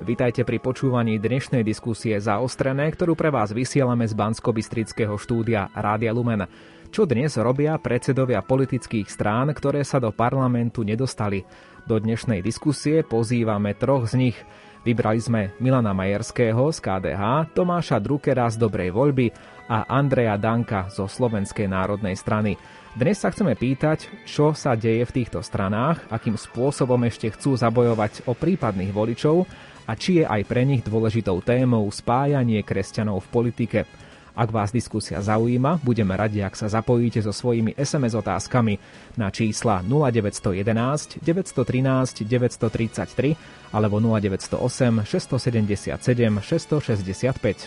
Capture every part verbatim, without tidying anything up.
Vitajte pri počúvaní dnešnej diskusie Zaostrené, ktorú pre vás vysielame z Banskobystrického štúdia Rádia Lumen. Čo dnes robia predsedovia politických strán, ktoré sa do parlamentu nedostali? Do dnešnej diskusie pozývame troch z nich. Vybrali sme Milana Majerského z ká dé há, Tomáša Druckera z Dobrej voľby a Andreja Danka zo Slovenskej národnej strany. Dnes sa chceme pýtať, čo sa deje v týchto stranách, akým spôsobom ešte chcú zabojovať o prípadných voličov a či je aj pre nich dôležitou témou spájanie kresťanov v politike. Ak vás diskusia zaujíma, budeme radi, ak sa zapojíte so svojimi es em es otázkami na čísla nula deväť jedna jedna, deväť jedna tri, deväť tri tri alebo nula deväť nula osem, šesť sedem sedem, šesť šesť päť.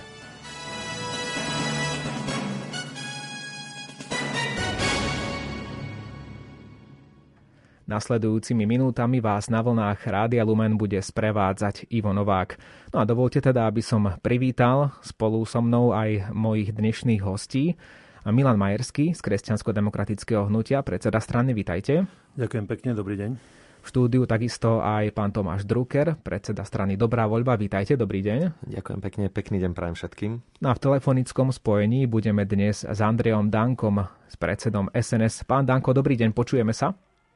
Nasledujúcimi minútami vás na vlnách Rádia Lumen bude sprevádzať Ivo Novák. No a dovolte teda, aby som privítal spolu so mnou aj mojich dnešných hostí. Milan Majerský z Kresťansko-demokratického hnutia, predseda strany, vitajte. Ďakujem pekne, dobrý deň. V štúdiu takisto aj pán Tomáš Drucker, predseda strany Dobrá voľba, vitajte, dobrý deň. Ďakujem pekne, pekný deň prajem všetkým. No a v telefonickom spojení budeme dnes s Andrejom Dankom, s predsedom es en es. Pán Danko, dobrý deň, počujeme sa?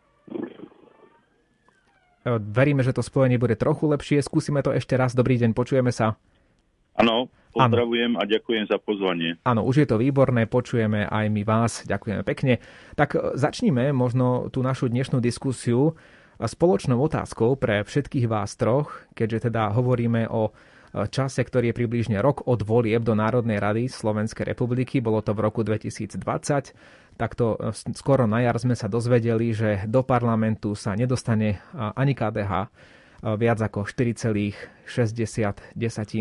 Veríme, že to spojenie bude trochu lepšie. Skúsime to ešte raz. Dobrý deň, počujeme sa. Áno, pozdravujem a ďakujem za pozvanie. Áno, už je to výborné, počujeme aj my vás. Ďakujeme pekne. Tak začníme možno tú našu dnešnú diskusiu spoločnou otázkou pre všetkých vás troch, keďže teda hovoríme o čase, ktorý je približne rok od volieb do Národnej rady Slovenskej republiky. Bolo to v roku dvetisícdvadsať. Takto skoro na jar sme sa dozvedeli, že do parlamentu sa nedostane ani ká dé há. Viac ako štyri celé šesťdesiat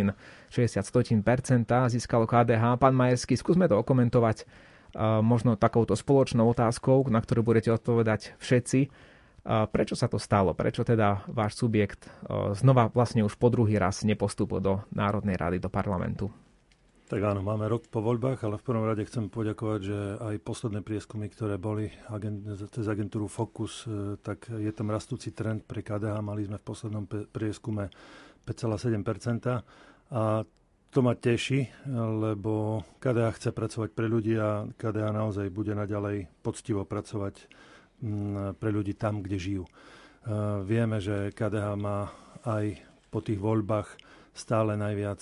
percenta získalo ká dé há. Pán Majerský, skúsme to okomentovať možno takouto spoločnou otázkou, na ktorú budete odpovedať všetci. Prečo sa to stalo? Prečo teda váš subjekt znova vlastne už po druhý raz nepostupil do Národnej rady, do parlamentu? Tak áno, máme rok po voľbách, ale v prvom rade chcem poďakovať, že aj posledné prieskumy, ktoré boli agent, cez agentúru Focus, tak je tam rastúci trend pre ká dé há. Mali sme v poslednom prieskume päť celá sedem percenta a to ma teší, lebo ká dé há chce pracovať pre ľudí a ká dé há naozaj bude naďalej poctivo pracovať pre ľudí tam, kde žijú. Vieme, že ká dé há má aj po tých voľbách stále najviac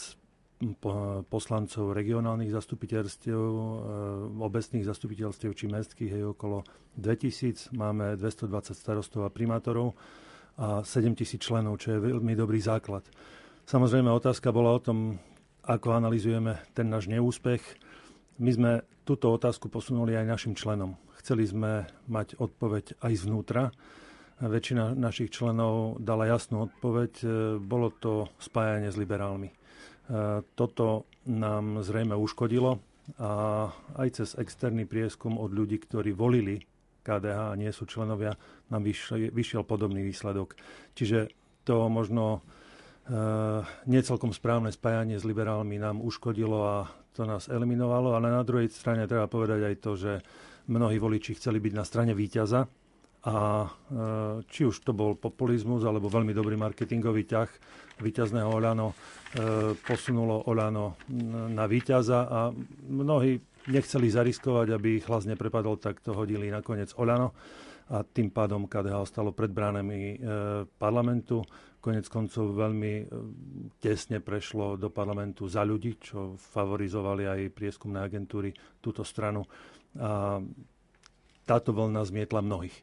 poslancov regionálnych zastupiteľstiev, obecných zastupiteľstiev či mestských, je okolo dvetisíc. Máme dvestodvadsať starostov a primátorov a sedemtisíc členov, čo je veľmi dobrý základ. Samozrejme, otázka bola o tom, ako analyzujeme ten náš neúspech. My sme túto otázku posunuli aj našim členom. Chceli sme mať odpoveď aj zvnútra. Väčšina našich členov dala jasnú odpoveď. Bolo to spájanie s liberálmi. Toto nám zrejme uškodilo a aj cez externý prieskum od ľudí, ktorí volili ká dé há a nie sú členovia, nám vyšiel, vyšiel podobný výsledok. Čiže to možno e, necelkom správne spájanie s liberálmi nám uškodilo a to nás eliminovalo, ale na druhej strane treba povedať aj to, že mnohí voliči chceli byť na strane víťaza a e, či už to bol populizmus alebo veľmi dobrý marketingový ťah víťazného Oľano e, posunulo Oľano na víťaza a mnohí nechceli zariskovať, aby ich hlas neprepadol, tak to hodili nakoniec Oľano a tým pádom ká dé há ostalo pred bránami e, parlamentu. Konec koncov veľmi e, tesne prešlo do parlamentu Za ľudí, čo favorizovali aj prieskumné agentúry túto stranu. A táto vlna zmietla mnohých.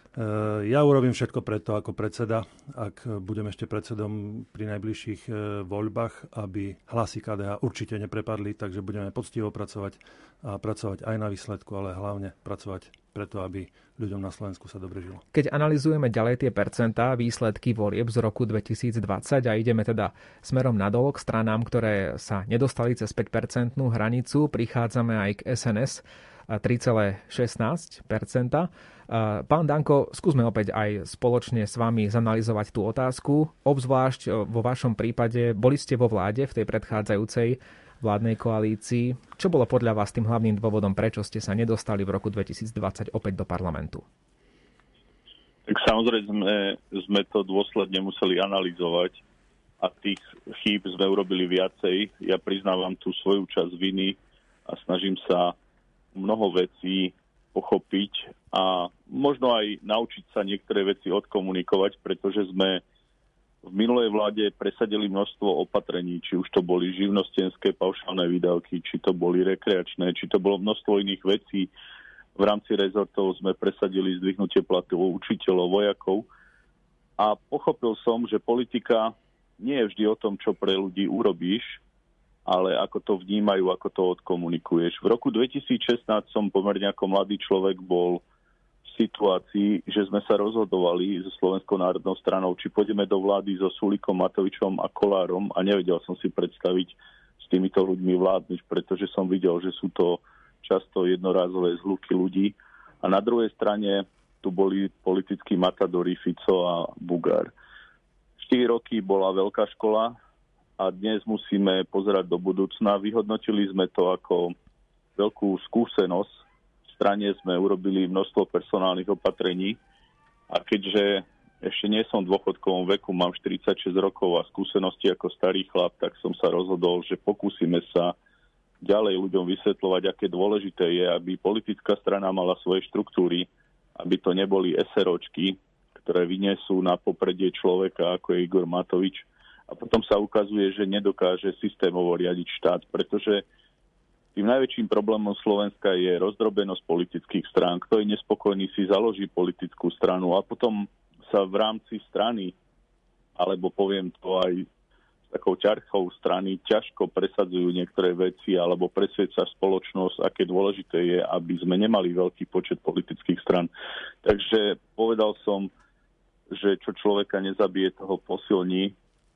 Ja urobím všetko preto ako predseda, ak budem ešte predsedom pri najbližších voľbách, aby hlasy ká dé há určite neprepadli, takže budeme poctivo pracovať a pracovať aj na výsledku, ale hlavne pracovať preto, aby ľuďom na Slovensku sa dobre žilo. Keď analyzujeme ďalej tie percentá, výsledky volieb z roku dvetisícdvadsať a ideme teda smerom nadol k stranám, ktoré sa nedostali cez päť percentnú hranicu, prichádzame aj k es en es tri celé šestnásť percenta. Pán Danko, skúsme opäť aj spoločne s vami zanalizovať tú otázku. Obzvlášť vo vašom prípade, boli ste vo vláde v tej predchádzajúcej vládnej koalícii. Čo bolo podľa vás tým hlavným dôvodom, prečo ste sa nedostali v roku dvetisícdvadsať opäť do parlamentu? Tak samozrejme sme to dôsledne museli analyzovať a tých chýb sme urobili viacej. Ja priznávam tú svoju časť viny a snažím sa mnoho vecí pochopiť a možno aj naučiť sa niektoré veci odkomunikovať, pretože sme v minulej vláde presadili množstvo opatrení, či už to boli živnostenské paušálne výdavky, či to boli rekreačné, či to bolo množstvo iných vecí. V rámci rezortov sme presadili zdvihnutie platov učiteľov, vojakov a pochopil som, že politika nie je vždy o tom, čo pre ľudí urobíš, ale ako to vnímajú, ako to odkomunikuješ. V roku dvetisícšestnásť som pomerne ako mladý človek bol v situácii, že sme sa rozhodovali so Slovenskou národnou stranou, či pôjdeme do vlády so Sulíkom, Matovičom a Kollárom a nevedel som si predstaviť s týmito ľuďmi vládnuť, pretože som videl, že sú to často jednorázové zhluky ľudí. A na druhej strane tu boli politickí matadori Fico a Bugár. štyri roky bola veľká škola a dnes musíme pozerať do budúcna. Vyhodnotili sme to ako veľkú skúsenosť. V strane sme urobili množstvo personálnych opatrení a keďže ešte nie som v dôchodkovom veku, mám štyridsaťšesť rokov a skúsenosti ako starý chlap, tak som sa rozhodol, že pokúsime sa ďalej ľuďom vysvetľovať, aké dôležité je, aby politická strana mala svoje štruktúry, aby to neboli SROčky, ktoré vyniesú na popredie človeka, ako je Igor Matovič. A potom sa ukazuje, že nedokáže systémovo riadiť štát, pretože tým najväčším problémom Slovenska je rozdrobenosť politických strán. Kto je nespokojný, si založí politickú stranu a potom sa v rámci strany, alebo poviem to aj takou ťarchou strany, ťažko presadzujú niektoré veci alebo presvedča spoločnosť, aké dôležité je, aby sme nemali veľký počet politických stran. Takže povedal som, že čo človeka nezabije, toho posilní.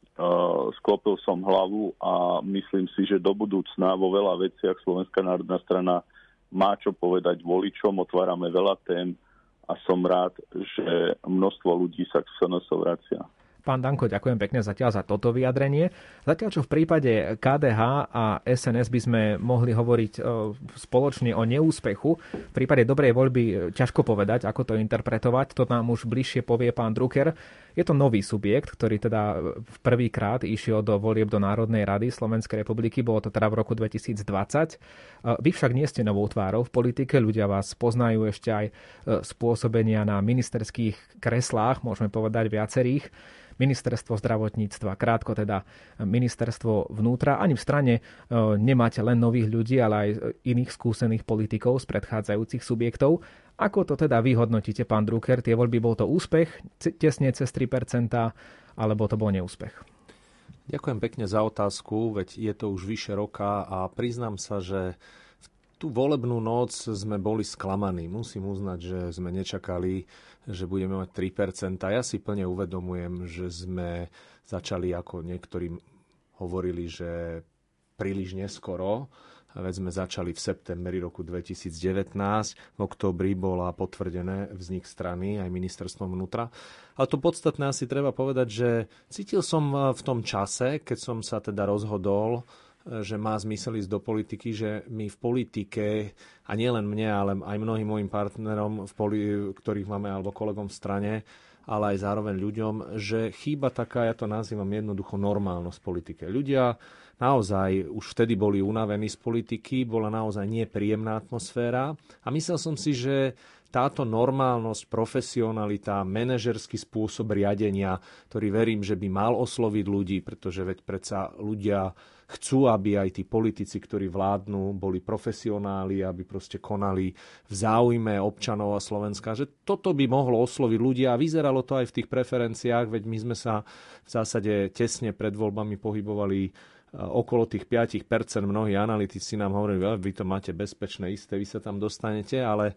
Uh, sklopil som hlavu a myslím si, že do budúcna vo veľa veciach Slovenská národná strana má čo povedať voličom, otvárame veľa tém a som rád, že množstvo ľudí sa k es en es vracia. Pán Danko, ďakujem pekne zatiaľ za toto vyjadrenie. Zatiaľ, čo v prípade ká dé há a es en es by sme mohli hovoriť spoločne o neúspechu, v prípade dobrej voľby ťažko povedať, ako to interpretovať, to nám už bližšie povie pán Drucker. Je to nový subjekt, ktorý teda prvýkrát išiel do volieb do Národnej rady Slovenskej republiky, bolo to teda v roku dvetisícdvadsať. Vy však nie ste novou tvárou v politike, ľudia vás poznajú ešte aj spôsobenia na ministerských kreslách, môžeme povedať viacerých. Ministerstvo zdravotníctva, krátko teda ministerstvo vnútra. Ani v strane nemáte len nových ľudí, ale aj iných skúsených politikov z predchádzajúcich subjektov. Ako to teda vyhodnotíte, pán Drucker? Tie voľby, bol to úspech, tesne cez tri percentá, alebo to bol neúspech? Ďakujem pekne za otázku, veď je to už vyše roka a priznám sa, že tú volebnú noc sme boli sklamaní. Musím uznať, že sme nečakali, že budeme mať tri percentá. Ja si plne uvedomujem, že sme začali, ako niektorí hovorili, že príliš neskoro. Veď sme začali v septembri roku dvetisícdevätnásť. V októbri bola potvrdené vznik strany aj ministerstvom vnútra. Ale to podstatné asi treba povedať, že cítil som v tom čase, keď som sa teda rozhodol, že má zmysel ísť do politiky, že my v politike, a nielen mne, ale aj mnohým mojim partnerom, v poli, ktorých máme, alebo kolegom v strane, ale aj zároveň ľuďom, že chýba taká, ja to nazývam jednoducho normálnosť v politike. Ľudia naozaj už vtedy boli unavení z politiky, bola naozaj nepríjemná atmosféra a myslel som si, že táto normálnosť, profesionalita, manažerský spôsob riadenia, ktorý verím, že by mal osloviť ľudí, pretože veď predsa ľudia chcú, aby aj tí politici, ktorí vládnu, boli profesionáli, aby proste konali v záujme občanov a Slovenska, že toto by mohlo osloviť ľudia a vyzeralo to aj v tých preferenciách, veď my sme sa v zásade tesne pred voľbami pohybovali okolo tých päť percent. Mnohí analytici nám hovorili, vy to máte bezpečné, isté, vy sa tam dostanete, ale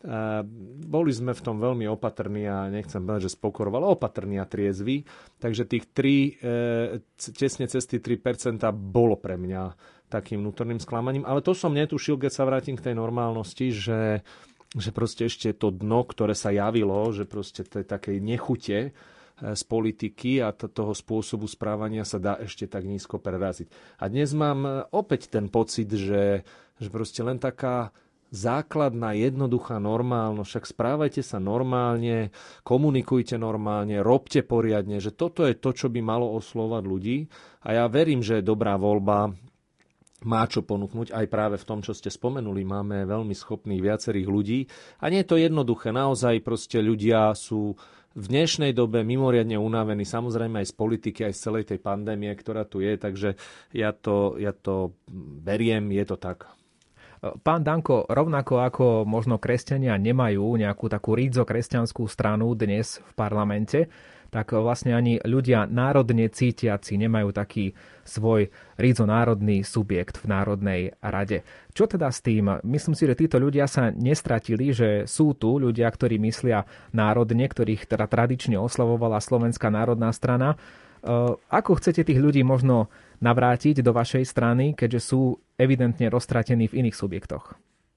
boli sme v tom veľmi opatrní a nechcem povedať, že spokorov, ale opatrní a triezví. Takže tých tri, tesne cez tie tri percentá bolo pre mňa takým vnútorným sklamaním. Ale to som netušil, keď sa vrátim k tej normálnosti, že, že proste ešte to dno, ktoré sa javilo, že proste tej takej nechute z politiky a toho spôsobu správania sa dá ešte tak nízko preraziť. A dnes mám opäť ten pocit, že, že proste len taká základná, jednoduchá normálnosť. Však správajte sa normálne, komunikujte normálne, robte poriadne, že toto je to, čo by malo oslovať ľudí. A ja verím, že dobrá voľba má čo ponúknuť aj práve v tom, čo ste spomenuli. Máme veľmi schopných viacerých ľudí a nie je to jednoduché. Naozaj proste ľudia sú v dnešnej dobe mimoriadne unavení, samozrejme aj z politiky, aj z celej tej pandémie, ktorá tu je, takže ja to, ja to beriem, je to tak. Pán Danko, rovnako ako možno kresťania nemajú nejakú takú rídzo kresťanskú stranu dnes v parlamente, tak vlastne ani ľudia národne cítiaci nemajú taký svoj rídzo národný subjekt v Národnej rade. Čo teda s tým? Myslím si, že títo ľudia sa nestratili, že sú tu ľudia, ktorí myslia národne, ktorých teda tradične oslavovala Slovenská národná strana. Ako chcete tých ľudí možno navrátiť do vašej strany, keďže sú evidentne roztratení v iných subjektoch?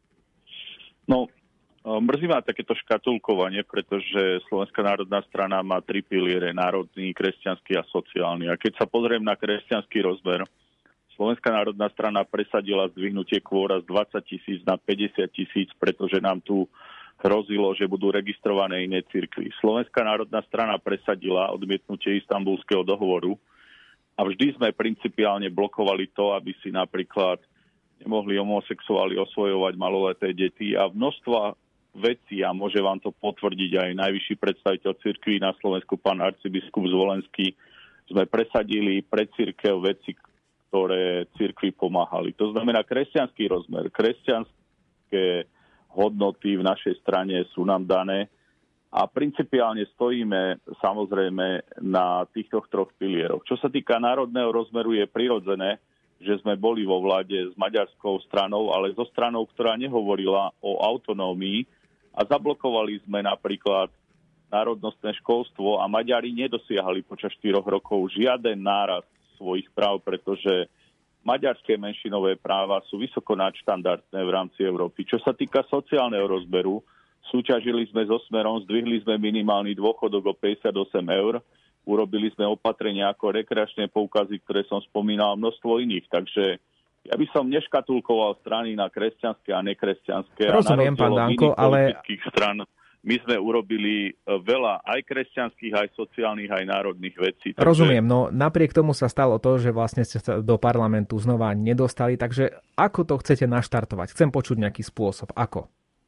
No, mrzí ma takéto škatulkovanie, pretože Slovenská národná strana má tri piliere, národný, kresťanský a sociálny. A keď sa pozriem na kresťanský rozmer, Slovenská národná strana presadila zdvihnutie kvóra z dvadsať tisíc na päťdesiat tisíc, pretože nám tu hrozilo, že budú registrované iné cirkvi. Slovenská národná strana presadila odmietnutie Istanbulského dohovoru a vždy sme principiálne blokovali to, aby si napríklad nemohli homosexuáli osvojovať maloleté deti a množstva veci, a môže vám to potvrdiť aj najvyšší predstaviteľ cirkvi na Slovensku, pán arcibiskup Zvolenský, sme presadili pre cirkev veci, ktoré cirkvi pomáhali. To znamená kresťanský rozmer, kresťanské hodnoty v našej strane sú nám dané a principiálne stojíme samozrejme na týchto troch pilieroch. Čo sa týka národného rozmeru, je prirodzené, že sme boli vo vláde s maďarskou stranou, ale so stranou, ktorá nehovorila o autonómii, a zablokovali sme napríklad národnostné školstvo a Maďari nedosiahali počas štyroch rokov žiaden nárast svojich práv, pretože maďarské menšinové práva sú vysoko nadštandardné v rámci Európy. Čo sa týka sociálneho rozberu, súťažili sme so Smerom, zdvihli sme minimálny dôchodok o päťdesiatosem eur, urobili sme opatrenia ako rekreačné poukazy, ktoré som spomínal, množstvo iných. Takže ja by som neškatulkoval strany na kresťanské a nekresťanské. Rozumiem, pán Danko, ale stran my sme urobili veľa aj kresťanských, aj sociálnych, aj národných vecí. Takže... Rozumiem, no napriek tomu sa stalo to, že vlastne ste sa do parlamentu znova nedostali, takže ako to chcete naštartovať? Chcem počuť nejaký spôsob. Ako?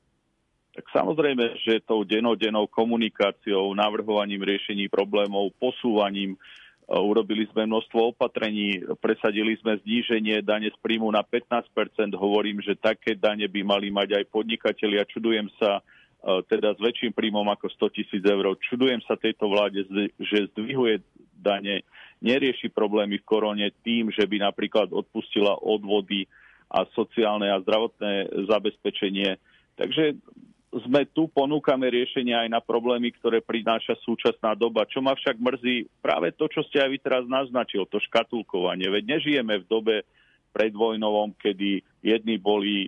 Tak samozrejme, že tou denodennou komunikáciou, navrhovaním riešení problémov, posúvaním, urobili sme množstvo opatrení, presadili sme zníženie dane z príjmu na pätnásť percent. Hovorím, že také dane by mali mať aj podnikatelia. Čudujem sa teda s väčším príjmom ako sto tisíc eur. Čudujem sa tejto vláde, že zdvihuje dane, nerieši problémy v korone tým, že by napríklad odpustila odvody a sociálne a zdravotné zabezpečenie. Takže sme tu, ponúkame riešenia aj na problémy, ktoré prináša súčasná doba. Čo ma však mrzí, práve to, čo ste aj vy teraz naznačil, to škatulkovanie. Veď nežijeme v dobe predvojnovom, kedy jedni boli, e,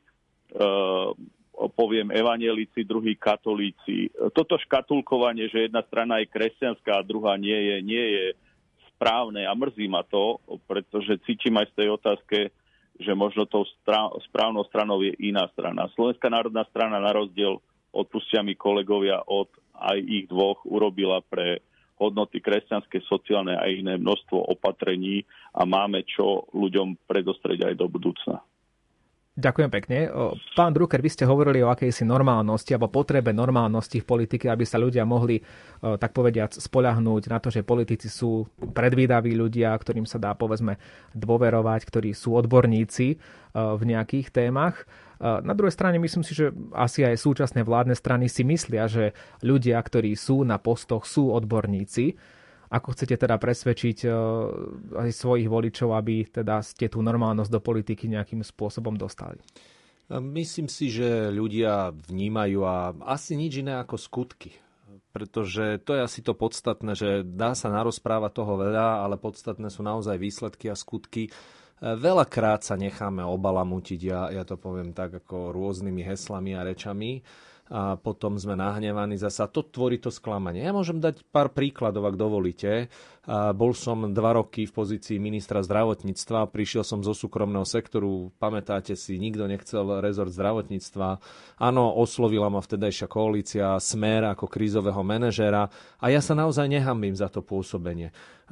poviem, evanjelici, druhí katolíci. Toto škatulkovanie, že jedna strana je kresťanská a druhá nie je, nie je správne a mrzí ma to, pretože cítim aj z tej otázke, že možno tou správnou stranou je iná strana. Slovenská národná strana na rozdiel, odpustia mi kolegovia, od aj ich dvoch urobila pre hodnoty kresťanské, sociálne a iné množstvo opatrení a máme čo ľuďom predostrieť aj do budúcna. Ďakujem pekne. Pán Drucker, vy ste hovorili o akejsi normálnosti alebo potrebe normálnosti v politike, aby sa ľudia mohli, tak povediac, spoľahnúť na to, že politici sú predvídaví ľudia, ktorým sa dá, povedzme, dôverovať, ktorí sú odborníci v nejakých témach. Na druhej strane myslím si, že asi aj súčasné vládne strany si myslia, že ľudia, ktorí sú na postoch, sú odborníci. Ako chcete teda presvedčiť aj svojich voličov, aby teda ste tú normálnosť do politiky nejakým spôsobom dostali? Myslím si, že ľudia vnímajú a asi nič iné ako skutky. Pretože to je asi to podstatné, že dá sa narozprávať toho veľa, ale podstatné sú naozaj výsledky a skutky. Veľakrát sa necháme obalamutiť, ja, ja to poviem tak ako rôznymi heslami a rečami, a potom sme nahnevaní zasa. To tvorí to sklamanie. Ja môžem dať pár príkladov, ak dovolíte. Bol som dva roky v pozícii ministra zdravotníctva, prišiel som zo súkromného sektoru, pamätáte si, nikto nechcel rezort zdravotníctva. Áno, oslovila ma vtedajšia koalícia Smer ako krízového manažéra a ja sa naozaj nehanbím za to pôsobenie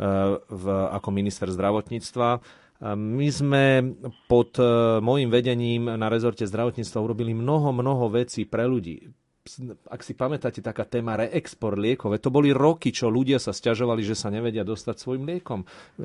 v, ako minister zdravotníctva. My sme pod môjim vedením na rezorte zdravotníctva urobili mnoho, mnoho vecí pre ľudí. Ak si pamätáte, taká téma reexport liekov, to boli roky, čo ľudia sa sťažovali, že sa nevedia dostať svojim liekom.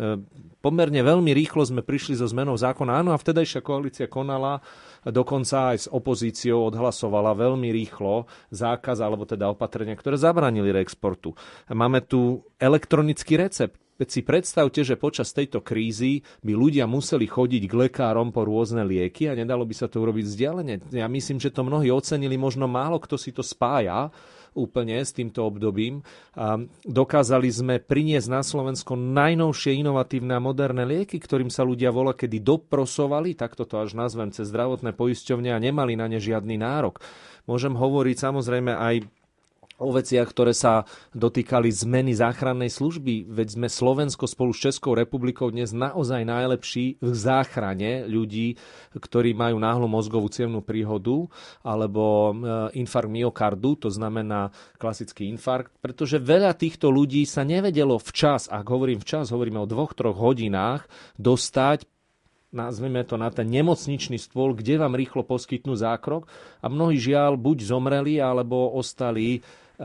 Pomerne veľmi rýchlo sme prišli so zmenou zákona. Áno, a vtedajšia koalícia konala, dokonca aj s opozíciou odhlasovala veľmi rýchlo zákaz, alebo teda opatrenia, ktoré zabránili reexportu. Máme tu elektronický recept. Veď si predstavte, že počas tejto krízy by ľudia museli chodiť k lekárom po rôzne lieky a nedalo by sa to urobiť vzdialene. Ja myslím, že to mnohí ocenili, možno málo kto si to spája úplne s týmto obdobím. A dokázali sme priniesť na Slovensko najnovšie inovatívne a moderné lieky, ktorým sa ľudia voľa kedy doprosovali, takto to až nazvem, cez zdravotné poisťovne a nemali na ne žiadny nárok. Môžem hovoriť samozrejme aj o veciach, ktoré sa dotýkali zmeny záchrannej služby. Veď sme Slovensko spolu s Českou republikou dnes naozaj najlepší v záchrane ľudí, ktorí majú náhlu mozgovú cievnu príhodu alebo infarkt myokardu, to znamená klasický infarkt, pretože veľa týchto ľudí sa nevedelo včas, ak hovorím včas, hovoríme o dvoch, troch hodinách, dostať, nazvime to, na ten nemocničný stôl, kde vám rýchlo poskytnú zákrok a mnohí žiaľ buď zomreli, alebo ostali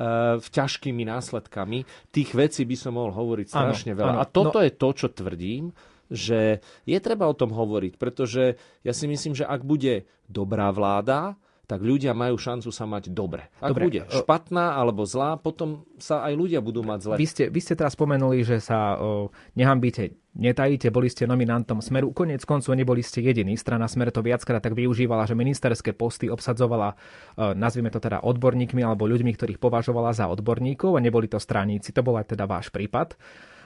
v ťažkými následkami. Tých vecí by som mohol hovoriť strašne ano, veľa. Ano, a toto no... je to, čo tvrdím, že je treba o tom hovoriť, pretože ja si myslím, že ak bude dobrá vláda, tak ľudia majú šancu sa mať dobre. Ak dobre, bude špatná alebo zlá, potom sa aj ľudia budú mať zle. Vy ste, vy ste teraz spomenuli, že sa o, nehambíte, netajíte, boli ste nominantom Smeru. Koniec koncov neboli ste jediní. Strana Smer to viackrát tak využívala, že ministerské posty obsadzovala, o, nazvime to teda odborníkmi alebo ľuďmi, ktorých považovala za odborníkov a neboli to straníci. To bol aj teda váš prípad.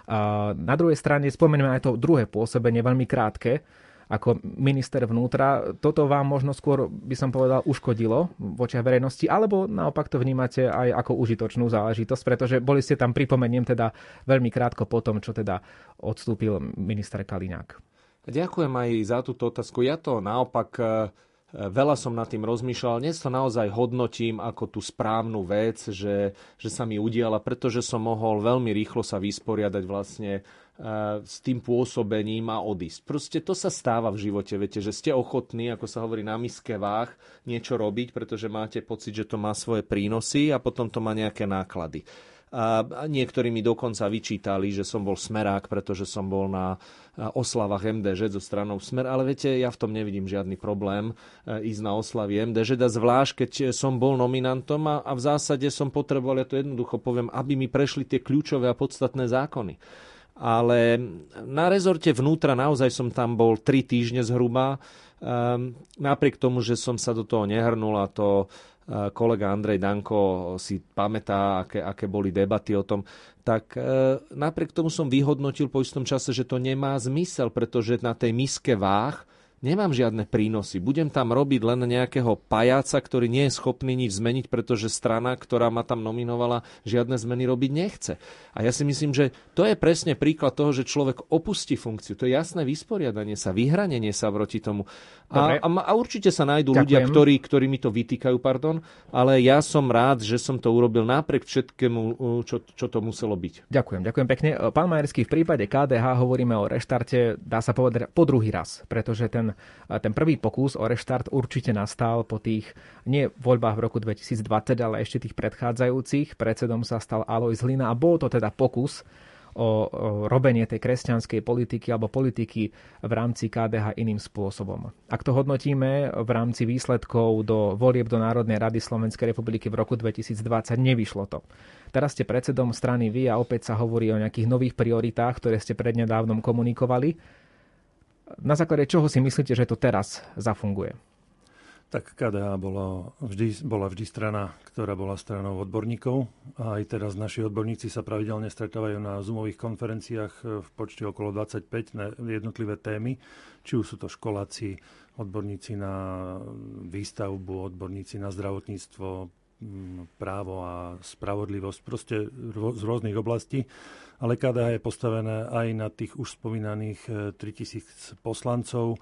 A na druhej strane spomeneme aj to druhé pôsobenie, veľmi krátke, ako minister vnútra. Toto vám možno skôr, by som povedal, uškodilo v očiach verejnosti, alebo naopak to vnímate aj ako užitočnú záležitosť, pretože boli ste tam, pripomeniem, teda veľmi krátko po tom, čo teda odstúpil minister Kaliňák. Ďakujem aj za túto otázku. Ja to naopak veľa som nad tým rozmýšľal. Dnes to naozaj hodnotím ako tú správnu vec, že, že sa mi udiala, pretože som mohol veľmi rýchlo sa vysporiadať vlastne s tým pôsobením a odísť. Proste to sa stáva v živote, viete, že ste ochotní, ako sa hovorí, na miske váh niečo robiť, pretože máte pocit, že to má svoje prínosy a potom to má nejaké náklady. A niektorí mi dokonca vyčítali, že som bol smerák, pretože som bol na oslavách em dé žé zo stranou Smer, ale viete, ja v tom nevidím žiadny problém ísť na oslavy em dé žé, a zvlášť, keď som bol nominantom a, a v zásade som potreboval, ja to jednoducho poviem, aby mi prešli tie kľúčové a podstatné zákony. Ale na rezorte vnútra naozaj som tam bol tri týždne zhruba. Um, napriek tomu, že som sa do toho nehrnul a to uh, kolega Andrej Danko si pamätá, aké, aké boli debaty o tom, tak uh, napriek tomu som vyhodnotil po istom čase, že to nemá zmysel, pretože na tej miske váh nemám žiadne prínosy. Budem tam robiť len nejakého pajáca, ktorý nie je schopný nič zmeniť, pretože strana, ktorá ma tam nominovala, žiadne zmeny robiť nechce. A ja si myslím, že to je presne príklad toho, že človek opustí funkciu. To je jasné vysporiadanie sa, vyhranenie sa proti tomu. A, a, a určite sa nájdú Ďakujem. ľudia, ktorí, ktorí mi to vytýkajú, pardon, ale ja som rád, že som to urobil napriek všetkému, čo, čo to muselo byť. Ďakujem, ďakujem pekne. Pán Majerský, v prípade ká dé há hovoríme o reštarte, dá sa povedať, po druhý raz, pretože ten Ten prvý pokus o reštart určite nastal po tých, nie voľbách v roku dvetisícdvadsať, ale ešte tých predchádzajúcich. Predsedom sa stal Alojz Hlina a bol to teda pokus o, o robenie tej kresťanskej politiky alebo politiky v rámci ká dé há iným spôsobom. Ak to hodnotíme v rámci výsledkov do volieb do Národnej rady Slovenskej republiky v roku dvetisícdvadsať, nevyšlo to. Teraz ste predsedom strany vy a opäť sa hovorí o nejakých nových prioritách, ktoré ste prednedávnom komunikovali. Na základe čoho si myslíte, že to teraz zafunguje? Tak ká dé há bola vždy, bola vždy strana, ktorá bola stranou odborníkov. A aj teraz naši odborníci sa pravidelne stretávajú na zoomových konferenciách v počte okolo dvadsaťpäť na jednotlivé témy. Či už sú to školáci, odborníci na výstavbu, odborníci na zdravotníctvo, právo a spravodlivosť, proste z rôznych oblastí. Ale ká dé há je postavené aj na tých už spomínaných tritisíc poslancov,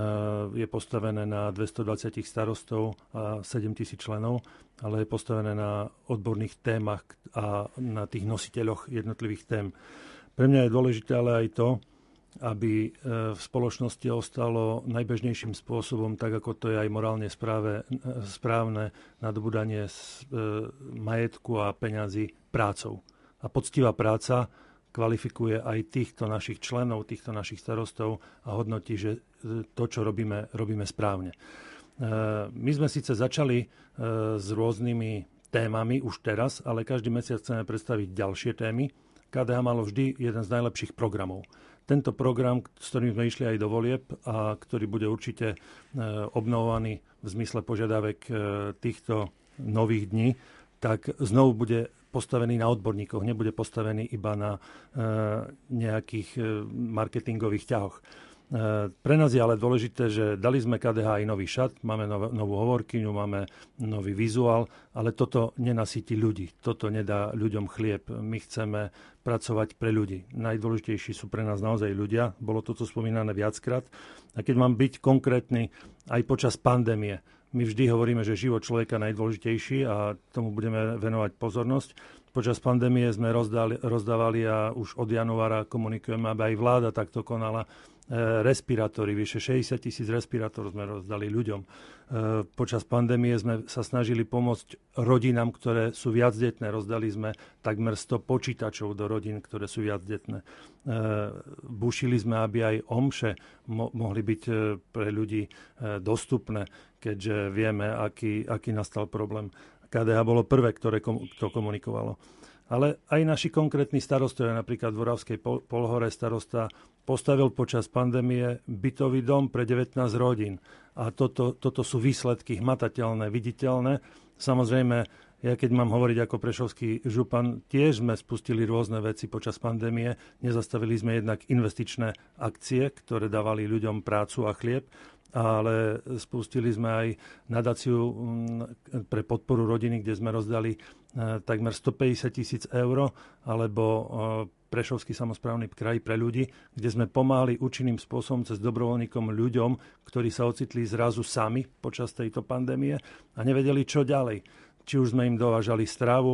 je postavené na dvestodvadsať starostov a sedemtisíc členov, ale je postavené na odborných témach a na tých nositeľoch jednotlivých tém. Pre mňa je dôležité ale aj to, aby v spoločnosti ostalo najbežnejším spôsobom, tak ako to je aj morálne správe, správne, nadobudanie majetku a peňazí prácou. A poctivá práca kvalifikuje aj týchto našich členov, týchto našich starostov a hodnotí, že to, čo robíme, robíme správne. My sme síce začali s rôznymi témami už teraz, ale každý mesiac chceme predstaviť ďalšie témy. ká dé há malo vždy jeden z najlepších programov. Tento program, s ktorým sme išli aj do volieb a ktorý bude určite obnovovaný v zmysle požiadavek týchto nových dní, tak znovu bude postavený na odborníkoch, nebude postavený iba na e, nejakých e, marketingových ťahoch. E, pre nás je ale dôležité, že dali sme ká dé há aj nový šat, máme nov, novú hovorkyňu, máme nový vizuál, ale toto nenasíti ľudí, toto nedá ľuďom chlieb. My chceme pracovať pre ľudí. Najdôležitejší sú pre nás naozaj ľudia, bolo toto spomínané viackrát. A keď mám byť konkrétny, aj počas pandémie, my vždy hovoríme, že život človeka je najdôležitejší a tomu budeme venovať pozornosť. Počas pandémie sme rozdali, rozdávali a už od januára komunikujeme, aby aj vláda takto konala. Respirátory, vyše šesťdesiat tisíc respirátorov sme rozdali ľuďom. Počas pandémie sme sa snažili pomôcť rodinám, ktoré sú viacdetné. Rozdali sme takmer sto počítačov do rodín, ktoré sú viacdetné. Bušili sme, aby aj omše mo- mohli byť pre ľudí dostupné, keďže vieme, aký, aký nastal problém. ká dé há bolo prvé, ktoré kom- to komunikovalo. Ale aj naši konkrétni starostovia, napríklad v Oravskej Polhore starosta postavil počas pandémie bytový dom pre devätnásť rodín. A toto, toto sú výsledky hmatateľné, viditeľné. Samozrejme, ja keď mám hovoriť ako prešovský župan, tiež sme spustili rôzne veci počas pandémie. Nezastavili sme jednak investičné akcie, ktoré dávali ľuďom prácu a chlieb, ale spustili sme aj nadáciu pre podporu rodiny, kde sme rozdali takmer stopäťdesiat tisíc eur, alebo Prešovský samosprávny kraj pre ľudí, kde sme pomáhali účinným spôsobom cez dobrovoľníkom ľuďom, ktorí sa ocitli zrazu sami počas tejto pandémie a nevedeli, čo ďalej. Či už sme im dovážali stravu,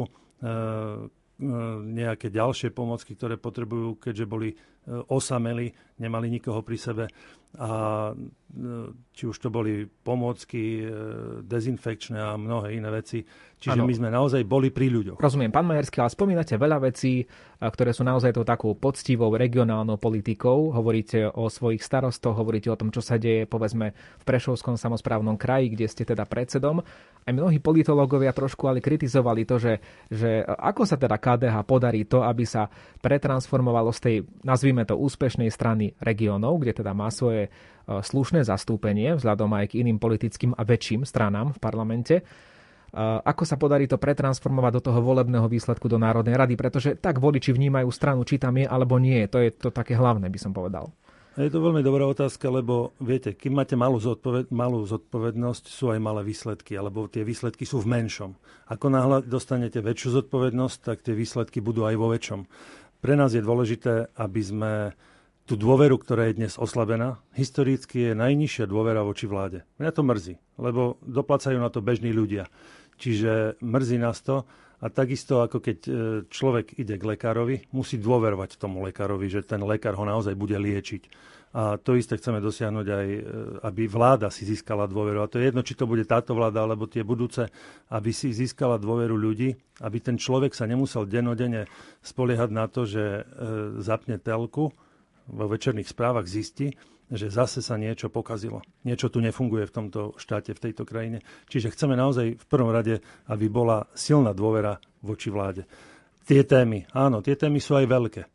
nejaké ďalšie pomocky, ktoré potrebujú, keďže boli osamelí, nemali nikoho pri sebe. A či už to boli pomôcky, dezinfekčné a mnohé iné veci. Čiže ano. My sme naozaj boli pri ľuďoch. Rozumiem, pán Majerský, ale spomínate veľa vecí, ktoré sú naozaj tou takou poctivou regionálnou politikou. Hovoríte o svojich starostoch, hovoríte o tom, čo sa deje, povedzme, v Prešovskom samosprávnom kraji, kde ste teda predsedom. Aj mnohí politológovia trošku ale kritizovali to, že, že ako sa teda ká dé há podarí to, aby sa pretransformovalo z tej, nazvime to, úspešnej strany regiónov, kde teda má svoje slušné zastúpenie vzhľadom aj k iným politickým a väčším stranám v parlamente. Ako sa podarí to pretransformovať do toho volebného výsledku do Národnej rady, pretože tak voliči vnímajú stranu, či tam je alebo nie. To je to také hlavné, by som povedal. Je to veľmi dobrá otázka, lebo viete, keď máte malú, zodpoved- malú zodpovednosť, sú aj malé výsledky, alebo tie výsledky sú v menšom. Ako náhle dostanete väčšiu zodpovednosť, tak tie výsledky budú aj vo väčšom. Pre nás je dôležité, aby sme tú dôveru, ktorá je dnes oslabená, historicky je najnižšia dôvera voči vláde. Mňa to mrzí, lebo doplácajú na to bežní ľudia. Čiže mrzí nás to a takisto ako keď človek ide k lekárovi, musí dôverovať tomu lekárovi, že ten lekár ho naozaj bude liečiť. A to isté chceme dosiahnuť aj, aby vláda si získala dôveru. A to je jedno, či to bude táto vláda, alebo tie budúce, aby si získala dôveru ľudí, aby ten človek sa nemusel dennodenne spoliehať na to, že zapne telku, vo večerných správach zistí, že zase sa niečo pokazilo. Niečo tu nefunguje v tomto štáte, v tejto krajine. Čiže chceme naozaj v prvom rade, aby bola silná dôvera voči vláde. Tie témy, áno, tie témy sú aj veľké.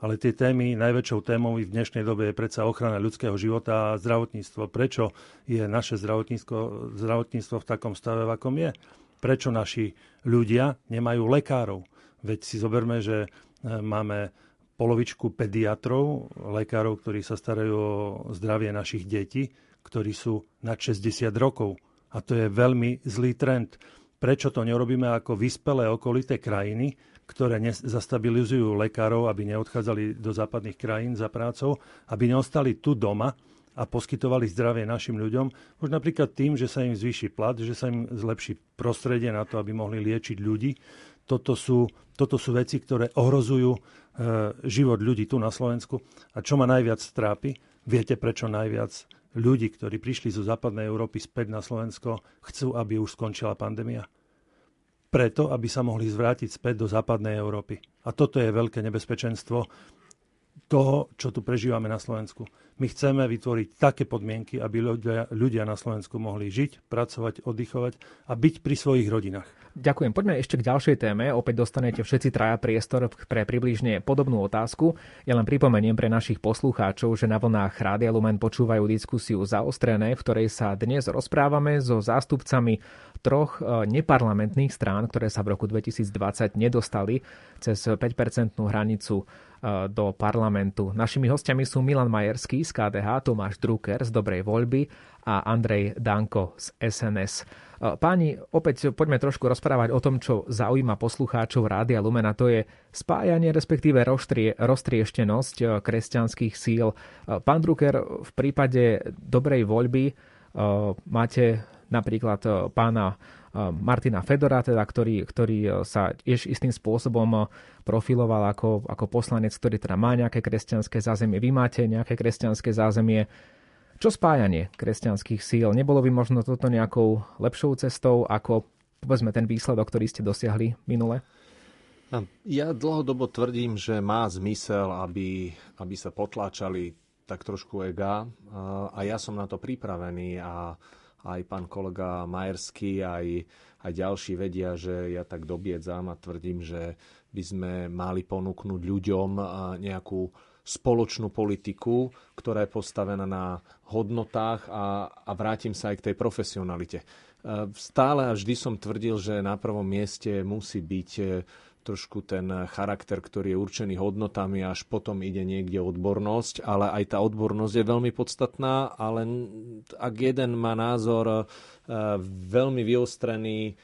Ale tie témy, najväčšou témou v dnešnej dobe je predsa ochrana ľudského života a zdravotníctvo. Prečo je naše zdravotníctvo, zdravotníctvo v takom stave, v akom je? Prečo naši ľudia nemajú lekárov? Veď si zoberme, že máme polovičku pediatrov, lekárov, ktorí sa starajú o zdravie našich detí, ktorí sú nad šesťdesiat rokov. A to je veľmi zlý trend. Prečo to nerobíme ako vyspelé okolité krajiny, ktoré zastabilizujú lekárov, aby neodchádzali do západných krajín za prácou, aby neostali tu doma a poskytovali zdravie našim ľuďom. Už napríklad tým, že sa im zvýši plat, že sa im zlepší prostredie na to, aby mohli liečiť ľudí. Toto sú, toto sú veci, ktoré ohrozujú e, život ľudí tu na Slovensku. A čo ma najviac trápi? Viete, prečo najviac ľudí, ktorí prišli zo západnej Európy späť na Slovensko, chcú, aby už skončila pandémia? Preto, aby sa mohli zvrátiť späť do západnej Európy. A toto je veľké nebezpečenstvo toho, čo tu prežívame na Slovensku. My chceme vytvoriť také podmienky, aby ľudia, ľudia na Slovensku mohli žiť, pracovať, oddychovať a byť pri svojich rodinách. Ďakujem. Poďme ešte k ďalšej téme. Opäť dostanete všetci traja priestor pre približne podobnú otázku. Ja len pripomeniem pre našich poslucháčov, že na vlnách Rádia Lumen počúvajú diskusiu Zaostrené, v ktorej sa dnes rozprávame so zástupcami troch neparlamentných strán, ktoré sa v roku dvetisícdvadsať nedostali cez päť percentnú hranicu do parlamentu. Našimi hostiami sú Milan Majerský z ká dé há, Tomáš Drucker z Dobrej voľby a Andrej Danko z es en es. Páni, opäť poďme trošku rozprávať o tom, čo zaujíma poslucháčov Rádia Lumen, a to je spájanie, respektíve roztrie, roztrieštenosť kresťanských síl. Pán Drucker, v prípade Dobrej voľby máte napríklad pána Martina Fedora, teda, ktorý, ktorý sa tiež istým spôsobom profiloval ako, ako poslanec, ktorý teda má nejaké kresťanské zázemie. Vy máte nejaké kresťanské zázemie. Čo spájanie kresťanských síl? Nebolo by možno toto nejakou lepšou cestou, ako povedzme ten výsledok, ktorý ste dosiahli minule? Ja dlhodobo tvrdím, že má zmysel, aby, aby sa potláčali tak trošku ega, a ja som na to pripravený a aj pán kolega Majerský, aj, aj ďalší vedia, že ja tak dobiedzam a tvrdím, že by sme mali ponúknuť ľuďom nejakú spoločnú politiku, ktorá je postavená na hodnotách a, a vrátim sa aj k tej profesionalite. Stále a vždy som tvrdil, že na prvom mieste musí byť trošku ten charakter, ktorý je určený hodnotami, až potom ide niekde odbornosť, ale aj tá odbornosť je veľmi podstatná, ale ak jeden má názor veľmi vyostrený,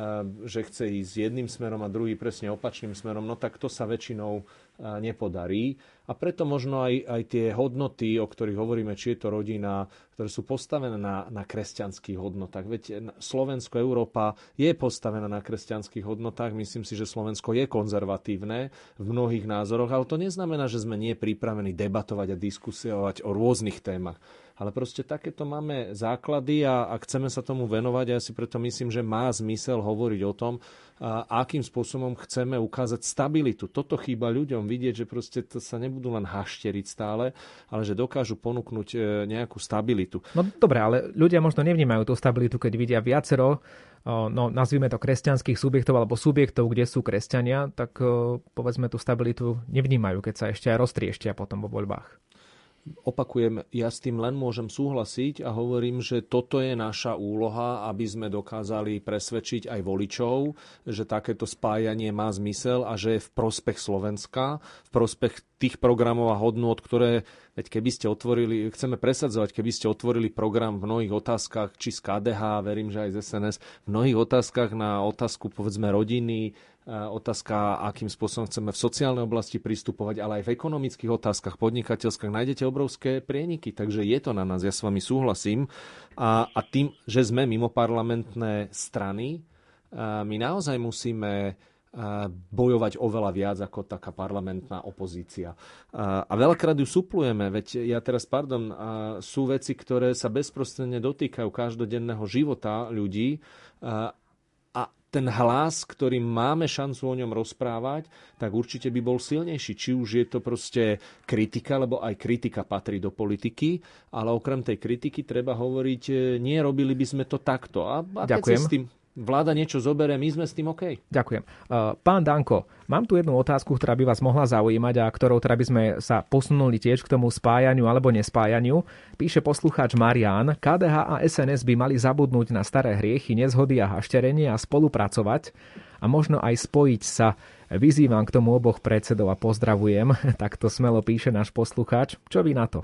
že chce ísť jedným smerom a druhý presne opačným smerom, no tak to sa väčšinou nepodarí. A preto možno aj, aj tie hodnoty, o ktorých hovoríme, či je to rodina, ktoré sú postavené na, na kresťanských hodnotách. Veď Slovensko, Európa je postavená na kresťanských hodnotách. Myslím si, že Slovensko je konzervatívne v mnohých názoroch, ale to neznamená, že sme nie pripravení debatovať a diskusiovať o rôznych témach. Ale proste takéto máme základy a, a chceme sa tomu venovať a ja si preto myslím, že má zmysel hovoriť o tom, a akým spôsobom chceme ukázať stabilitu. Toto chýba ľuďom vidieť, že proste to sa nebudú len hašteriť stále, ale že dokážu ponúknuť nejakú stabilitu. No dobre, ale ľudia možno nevnímajú tú stabilitu, keď vidia viacero, no nazvime to kresťanských subjektov alebo subjektov, kde sú kresťania, tak povedzme tú stabilitu nevnímajú, keď sa ešte aj roztrieštia potom vo voľbách. Opakujem, ja s tým len môžem súhlasiť a hovorím, že toto je naša úloha, aby sme dokázali presvedčiť aj voličov, že takéto spájanie má zmysel a že je v prospech Slovenska, v prospech tých programov a hodnôt, ktoré, veď keby ste otvorili, chceme presadzovať, keby ste otvorili program v mnohých otázkach, či z ká dé há, verím, že aj z es en es, v mnohých otázkach na otázku, povedzme, rodiny, otázka, akým spôsobom chceme v sociálnej oblasti pristupovať, ale aj v ekonomických otázkach, podnikateľských, nájdete obrovské prieniky. Takže je to na nás, ja s vami súhlasím. A, a tým, že sme mimoparlamentné strany, my naozaj musíme bojovať oveľa viac ako taká parlamentná opozícia. A veľakrát ju suplujeme, veď ja teraz, pardon, sú veci, ktoré sa bezprostredne dotýkajú každodenného života ľudí, ten hlas, ktorým máme šancu o ňom rozprávať, tak určite by bol silnejší. Či už je to proste kritika, lebo aj kritika patrí do politiky, ale okrem tej kritiky treba hovoriť, nie robili by sme to takto. A, a keď sa s tým vláda niečo zoberie, my sme s tým OK. Ďakujem. Pán Danko, mám tu jednu otázku, ktorá by vás mohla zaujímať a ktorou teda by sme sa posunuli tiež k tomu spájaniu alebo nespájaniu. Píše poslucháč Marián, ká dé há a es en es by mali zabudnúť na staré hriechy, nezhody a hašterenie a spolupracovať a možno aj spojiť sa. Vyzývam k tomu oboch predsedov a pozdravujem. Takto smelo píše náš poslucháč. Čo vy na to?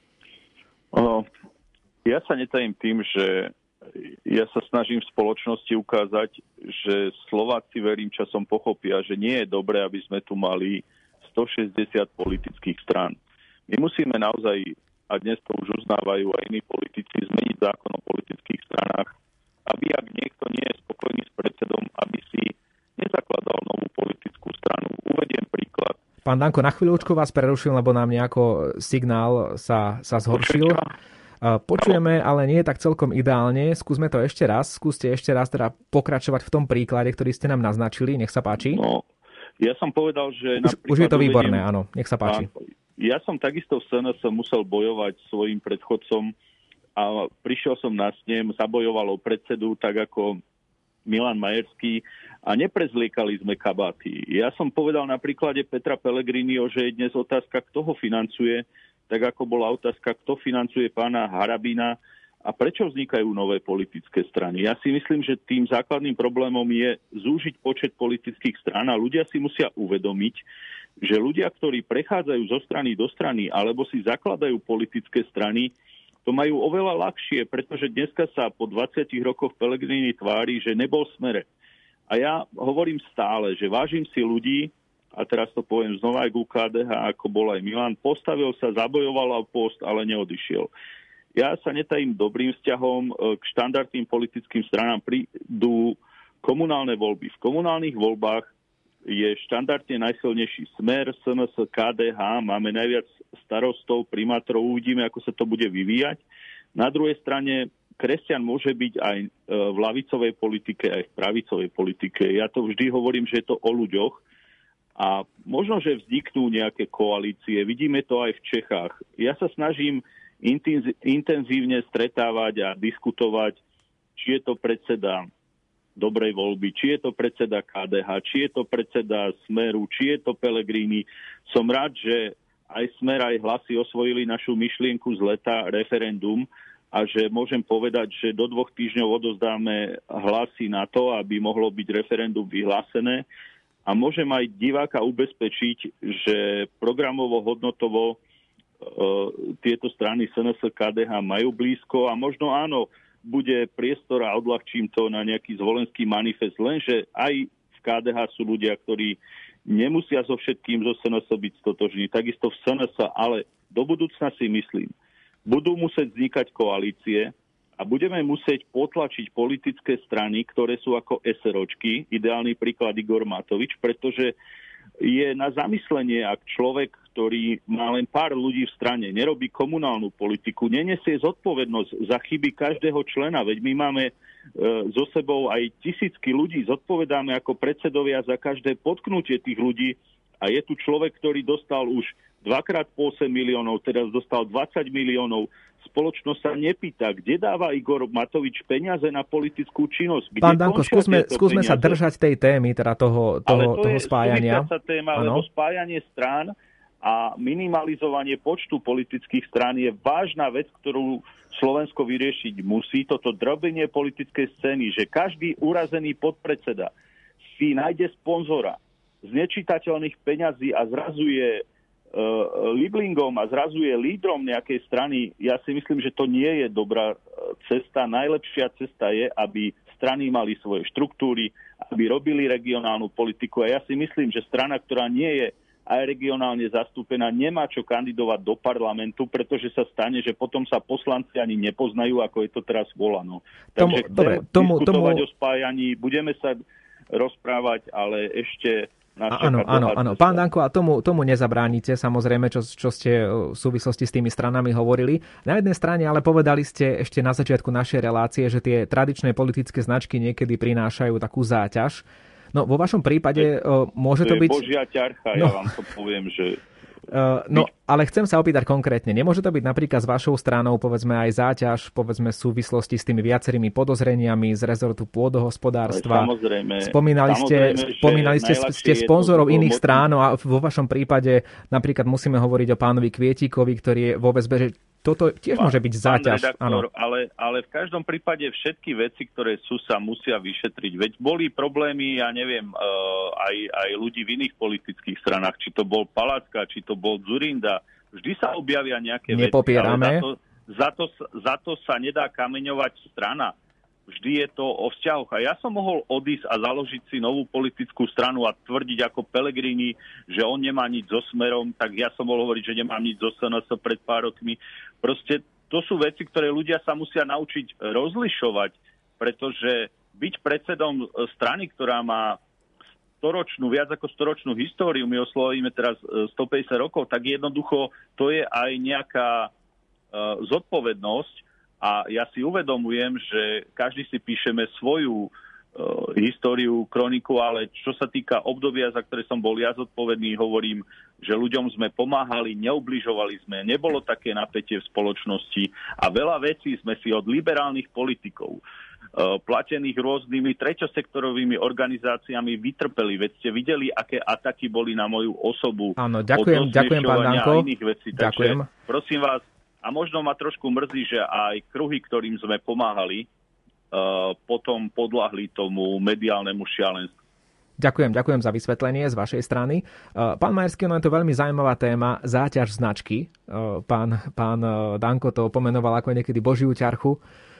O, ja sa netajím tým, že ja sa snažím v spoločnosti ukázať, že Slováci, verím, časom pochopia, že nie je dobré, aby sme tu mali stošesťdesiat politických strán. My musíme naozaj, a dnes to už uznávajú aj iní politici, zmeniť zákon o politických stranách, aby ak niekto nie je spokojný s predsedom, aby si nezakladal novú politickú stranu. Uvediem príklad. Pán Danko, na chvíľučku vás prerušil, lebo nám nejako signál sa, sa zhoršil. Počujeme, ale nie je tak celkom ideálne. Skúsme to ešte raz. Skúste ešte raz teda pokračovať v tom príklade, ktorý ste nám naznačili. Nech sa páči. No, ja som povedal, že... Už, už je to výborné, uvediem, áno. Nech sa páči. Ja som takisto v es en es musel bojovať svojim predchodcom a prišiel som na snem, zabojoval o predsedu, tak ako Milan Majerský, a neprezliekali sme kabáty. Ja som povedal na príklade Petra Pellegriniho, že je dnes otázka, kto ho financuje, tak ako bola otázka, kto financuje pána Harabina a prečo vznikajú nové politické strany. Ja si myslím, že tým základným problémom je zúžiť počet politických strán a ľudia si musia uvedomiť, že ľudia, ktorí prechádzajú zo strany do strany alebo si zakladajú politické strany, to majú oveľa ľahšie, pretože dneska sa po dvadsiatich rokoch Pellegrini tvári, že nebol v Smere. A ja hovorím stále, že vážim si ľudí, a teraz to poviem znova aj k ú ká dé há, ako bol aj Milan, postavil sa, zabojoval o post, ale neodišiel. Ja sa netajím dobrým vzťahom k štandardným politickým stranám. Prídu komunálne voľby. V komunálnych voľbách je štandardne najsilnejší Smer, es en es, ká dé há, máme najviac starostov, primátorov, uvidíme, ako sa to bude vyvíjať. Na druhej strane kresťan môže byť aj v ľavicovej politike, aj v pravicovej politike. Ja to vždy hovorím, že je to o ľuďoch. A možno, že vzniknú nejaké koalície. Vidíme to aj v Čechách. Ja sa snažím intenzívne stretávať a diskutovať, či je to predseda Dobrej voľby, či je to predseda ká dé há, či je to predseda Smeru, či je to Pellegrini. Som rád, že aj Smer, aj Hlasy osvojili našu myšlienku z leta referendum a že môžem povedať, že do dvoch týždňov odozdáme hlasy na to, aby mohlo byť referendum vyhlásené. A môžem aj diváka ubezpečiť, že programovo, hodnotovo e, tieto strany es en es, ká dé há majú blízko a možno áno, bude priestor a odľahčím to na nejaký zvolenský manifest, lenže aj v ká dé há sú ľudia, ktorí nemusia so všetkým zo es en es byť stotožní. Takisto v es en es, ale do budúcna si myslím, budú musieť vznikať koalície, a budeme musieť potlačiť politické strany, ktoré sú ako SROčky, ideálny príklad Igor Matovič, pretože je na zamyslenie, ak človek, ktorý má len pár ľudí v strane, nerobí komunálnu politiku, nenesie zodpovednosť za chyby každého člena, veď my máme e, so sebou aj tisícky ľudí, zodpovedáme ako predsedovia za každé potknutie tých ľudí a je tu človek, ktorý dostal už dvakrát po osem miliónov, teraz dostal dvadsať miliónov. Spoločnosť sa nepýta, kde dáva Igor Matovič peniaze na politickú činnosť. Kde Pán Danko, skúsme, skúsme sa držať tej témy, teda toho, toho, to toho je, spájania. Sa téma, lebo spájanie strán a minimalizovanie počtu politických strán je vážna vec, ktorú Slovensko vyriešiť musí. Toto drobenie politickej scény, že každý urazený podpredseda si nájde sponzora z nečitateľných peňazí a zrazu je liblingom a zrazu je lídrom nejakej strany, ja si myslím, že to nie je dobrá cesta. Najlepšia cesta je, aby strany mali svoje štruktúry, aby robili regionálnu politiku. A ja si myslím, že strana, ktorá nie je aj regionálne zastúpená, nemá čo kandidovať do parlamentu, pretože sa stane, že potom sa poslanci ani nepoznajú, ako je to teraz volano. Takže tomu, chcem tomu, diskutovať tomu... o spájaní, budeme sa rozprávať, ale ešte... Áno, áno, áno. Pán Danko, a tomu, tomu nezabránite, samozrejme, čo, čo ste v súvislosti s tými stranami hovorili. Na jednej strane ale povedali ste ešte na začiatku našej relácie, že tie tradičné politické značky niekedy prinášajú takú záťaž. No vo vašom prípade to je, môže to, to byť... Božia ťarcha, no. Ja vám to poviem, že Uh, no, ale chcem sa opýtať konkrétne. Nemôže to byť napríklad s vašou stranou, povedzme, aj záťaž, povedzme, v súvislosti s tými viacerými podozreniami z rezortu pôdohospodárstva? Samozrejme. Spomínali ste, spomínali ste, ste sponzorov iných motiv... strán, no a vo vašom prípade napríklad musíme hovoriť o pánovi Kvietíkovi, ktorý je vo väzbe, že toto tiež pán, môže byť záťaž. Redaktor, ale, ale v každom prípade všetky veci, ktoré sú, sa musia vyšetriť. Veď boli problémy, ja neviem, uh, aj, aj ľudí v iných politických stranách, či to bol Palacka, či to bol Dzurinda. Vždy sa objavia nejaké Nepopierame. veci, ale za to, za, to, za to sa nedá kameňovať strana. Vždy je to o vzťahoch. A ja som mohol odísť a založiť si novú politickú stranu a tvrdiť ako Pellegrini, že on nemá nič so Smerom, tak ja som mohol hovoriť, že nemám nič so es en es pred pár rokmi. Proste to sú veci, ktoré ľudia sa musia naučiť rozlišovať, pretože byť predsedom strany, ktorá má storočnú, viac ako storočnú históriu, my oslovíme teraz stopäťdesiat rokov, tak jednoducho to je aj nejaká uh, zodpovednosť. A ja si uvedomujem, že každý si píšeme svoju uh, históriu, kroniku, ale čo sa týka obdobia, za ktoré som bol ja zodpovedný, hovorím, že ľuďom sme pomáhali, neubližovali sme, nebolo také napätie v spoločnosti a veľa vecí sme si od liberálnych politikov, uh, platených rôznymi treťosektorovými organizáciami vytrpeli. Veď ste videli, aké ataky boli na moju osobu. Áno, ďakujem, ďakujem, pán Danko. Vecí. Ďakujem. Takže prosím vás, a možno ma trošku mrzí, že aj kruhy, ktorým sme pomáhali, uh, potom podľahli tomu mediálnemu šialenstvu. Ďakujem, ďakujem za vysvetlenie z vašej strany. Uh, pán Majerský, no je to veľmi zaujímavá téma, záťaž značky. Uh, pán, pán Danko to pomenoval ako niekedy božiu ťarchu.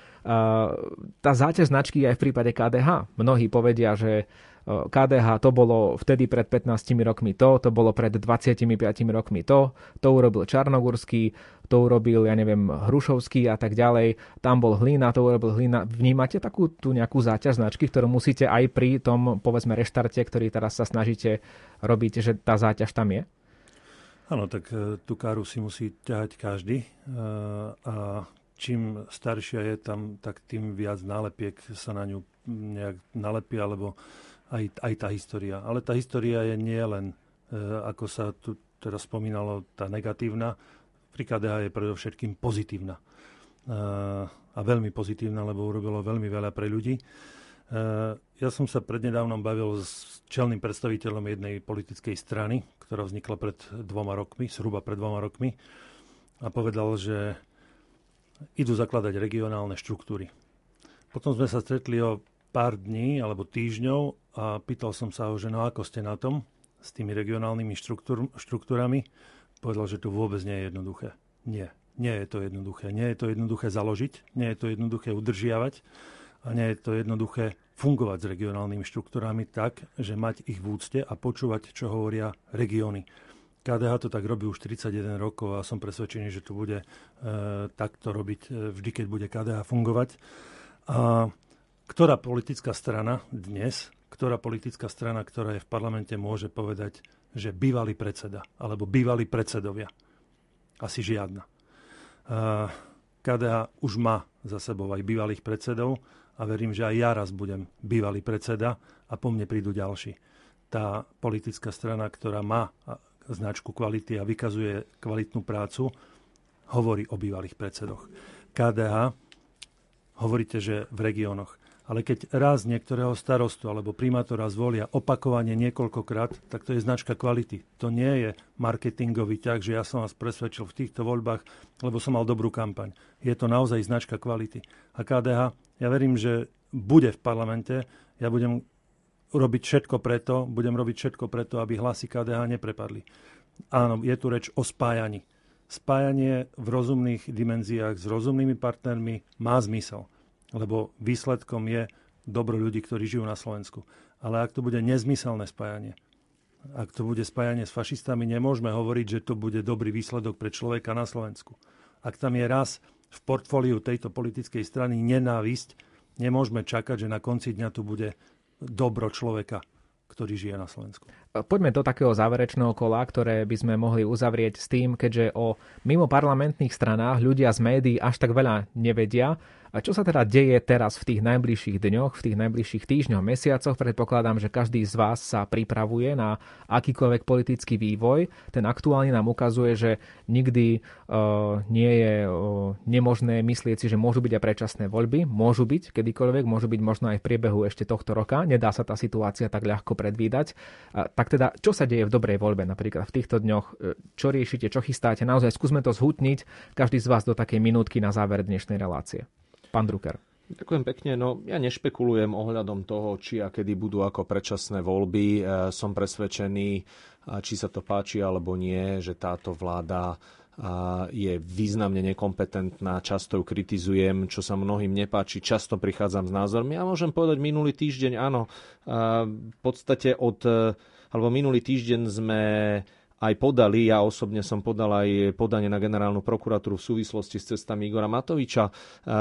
Uh, tá záťaž značky je aj v prípade ká dé há. Mnohí povedia, že ká dé há to bolo vtedy pred pätnástimi rokmi to, to bolo pred dvadsiatimi piatimi rokmi to, to urobil Čarnogurský, to urobil, ja neviem, Hrušovský a tak ďalej, tam bol Hlina, to urobil Hlina. Vnímate takú tú nejakú záťaž značky, ktorú musíte aj pri tom, povedzme, reštarte, ktorý teraz sa snažíte robiť, že tá záťaž tam je? Áno, tak tú káru si musí ťahať každý a čím staršia je tam, tak tým viac nálepiek sa na ňu nejak nalepí, alebo aj, aj tá história. Ale tá história je nie len, e, ako sa tu teraz spomínalo, tá negatívna. Pri ká dé há je predovšetkým pozitívna. E, a veľmi pozitívna, lebo urobilo veľmi veľa pre ľudí. E, ja som sa prednedávnom bavil s čelným predstaviteľom jednej politickej strany, ktorá vznikla pred dvoma rokmi, zhruba pred dvoma rokmi, a povedal, že idú zakladať regionálne štruktúry. Potom sme sa stretli o pár dní alebo týždňov a pýtal som sa ho, že no ako ste na tom s tými regionálnymi štruktúr, štruktúrami. Povedal, že to vôbec nie je jednoduché. Nie, nie je to jednoduché. Nie je to jednoduché založiť, nie je to jednoduché udržiavať a nie je to jednoduché fungovať s regionálnymi štruktúrami tak, že mať ich v úcte a počúvať, čo hovoria regióny. ká dé há to tak robí už tridsaťjeden rokov a som presvedčený, že to bude e, takto robiť e, vždy, keď bude ká dé há fungovať. A ktorá politická strana dnes, ktorá politická strana, ktorá je v parlamente, môže povedať, že bývalý predseda alebo bývalí predsedovia? Asi žiadna. ká dé há už má za sebou aj bývalých predsedov a verím, že aj ja raz budem bývalý predseda a po mne prídu ďalší. Tá politická strana, ktorá má značku kvality a vykazuje kvalitnú prácu, hovorí o bývalých predsedoch. ká dé há, hovoríte, že v regiónoch. Ale keď raz niektorého starostu alebo primátora zvolia opakovane niekoľkokrát, tak to je značka kvality. To nie je marketingový ťah, že ja som vás presvedčil v týchto voľbách, lebo som mal dobrú kampaň. Je to naozaj značka kvality. A ká dé há, ja verím, že bude v parlamente. Ja budem robiť všetko preto, budem robiť všetko preto, aby hlasy ká dé há neprepadli. Áno, je tu reč o spájaní. Spájanie v rozumných dimenziách s rozumnými partnermi má zmysel. Lebo výsledkom je dobro ľudí, ktorí žijú na Slovensku. Ale ak to bude nezmyselné spájanie, ak to bude spájanie s fašistami, nemôžeme hovoriť, že to bude dobrý výsledok pre človeka na Slovensku. Ak tam je raz v portfóliu tejto politickej strany nenávisť, nemôžeme čakať, že na konci dňa tu bude dobro človeka, ktorý žije na Slovensku. Poďme do takého záverečného kola, ktoré by sme mohli uzavrieť s tým, keďže o mimo parlamentných stranách ľudia z médií až tak veľa nevedia. A čo sa teda deje teraz v tých najbližších dňoch, v tých najbližších týždňoch, mesiacoch? Predpokladám, že každý z vás sa pripravuje na akýkoľvek politický vývoj. Ten aktuálne nám ukazuje, že nikdy uh, nie je uh, nemožné myslieť si, že môžu byť aj predčasné voľby. Môžu byť kedykoľvek, môžu byť možno aj v priebehu ešte tohto roka. Nedá sa tá situácia tak ľahko predvídať. Uh, tak teda, čo sa deje v dobrej voľbe napríklad v týchto dňoch? Uh, čo riešite, čo chystáte? Naozaj skúsme to zhutniť, každý z vás do takej minútky na záver dnešnej relácie. Pán Drucker. Ďakujem pekne. No, ja nešpekulujem ohľadom toho, či a kedy budú ako predčasné voľby. E, som presvedčený, či sa to páči alebo nie, že táto vláda je významne nekompetentná, často ju kritizujem, čo sa mnohým nepáči, často prichádzam s názormi. Ja môžem povedať, minulý týždeň, áno, v podstate od, alebo minulý týždeň sme aj podali, ja osobne som podal aj podanie na generálnu prokuratúru v súvislosti s cestami Igora Matoviča.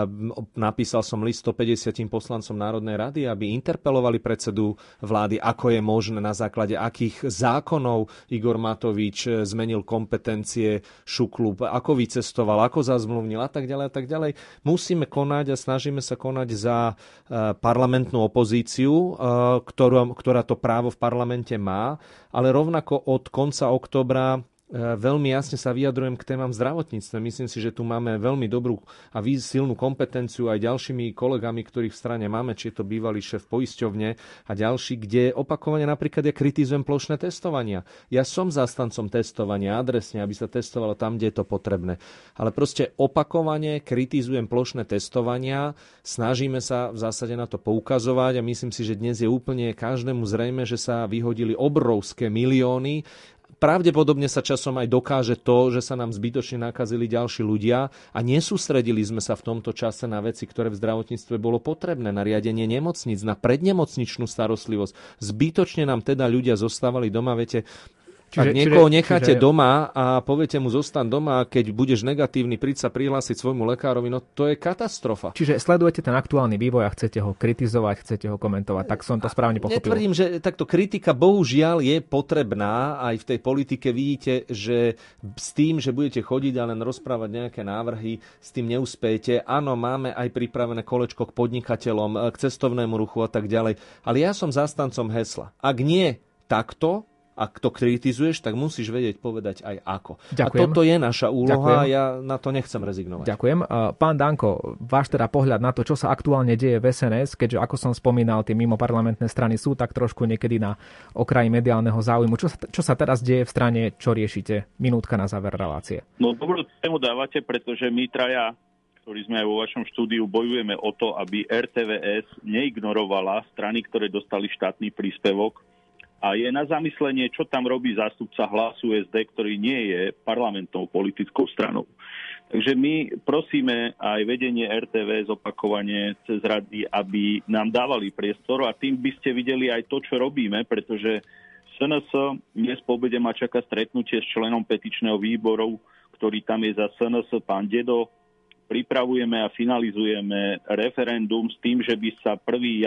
Napísal som list stopäťdesiatim poslancom Národnej rady, aby interpelovali predsedu vlády, ako je možné, na základe akých zákonov Igor Matovič zmenil kompetencie Šuklu, ako vycestoval, ako zazmluvnil a tak ďalej a tak ďalej. Musíme konať a snažíme sa konať za parlamentnú opozíciu, ktorá, ktorá to právo v parlamente má, ale rovnako od konca októbra veľmi jasne sa vyjadrujem k témam zdravotníctva. Myslím si, že tu máme veľmi dobrú a silnú kompetenciu aj ďalšími kolegami, ktorých v strane máme, či je to bývalý šéf poisťovne a ďalší, kde opakovane napríklad ja kritizujem plošné testovania. Ja som zástancom testovania adresne, aby sa testovalo tam, kde je to potrebné. Ale proste opakovane kritizujem plošné testovania, snažíme sa v zásade na to poukazovať a myslím si, že dnes je úplne každému zrejme, že sa vyhodili obrovské milióny. Pravdepodobne sa časom aj dokáže to, že sa nám zbytočne nakazili ďalší ľudia a nesústredili sme sa v tomto čase na veci, ktoré v zdravotníctve bolo potrebné, na riadenie nemocníc, na prednemocničnú starostlivosť. Zbytočne nám teda ľudia zostávali doma, viete. Čiže, ak niekoho čiže, necháte čiže... doma a poviete mu zostaň doma a keď budeš negatívny, príď sa prihlásiť svojmu lekárovi, no to je katastrofa. Čiže sledujete ten aktuálny vývoj a chcete ho kritizovať, chcete ho komentovať, tak som to správne pochopil. Netvrdím, že takto kritika bohužiaľ je potrebná, aj v tej politike vidíte, že s tým, že budete chodiť a len rozprávať nejaké návrhy, s tým neúspejete. Áno, máme aj pripravené kolečko k podnikateľom, k cestovnému ruchu a tak ďalej, ale ja som zástancom hesla. Ak nie takto, ak to kritizuješ, tak musíš vedieť povedať aj ako. Ďakujem. A toto je naša úloha a ja na to nechcem rezignovať. Ďakujem. Pán Danko, váš teda pohľad na to, čo sa aktuálne deje v es en es, keďže ako som spomínal, tie mimoparlamentné strany sú tak trošku niekedy na okraji mediálneho záujmu. Čo sa, čo sa teraz deje v strane, čo riešite? Minútka na záver relácie. No dobrú tému dávate, pretože my traja, ktorí sme aj vo vašom štúdiu, bojujeme o to, aby er té vé es neignorovala strany, ktoré dostali štátny príspevok. A je na zamyslenie, čo tam robí zástupca Hlasu es dé, ktorý nie je parlamentnou politickou stranou. Takže my prosíme aj vedenie er té vé zopakovane cez rady, aby nám dávali priestor a tým by ste videli aj to, čo robíme, pretože es en es dnes po obede ma čaká stretnutie s členom petičného výboru, ktorý tam je za es en es, pán Dedo. Pripravujeme a finalizujeme referendum s tým, že by sa prvý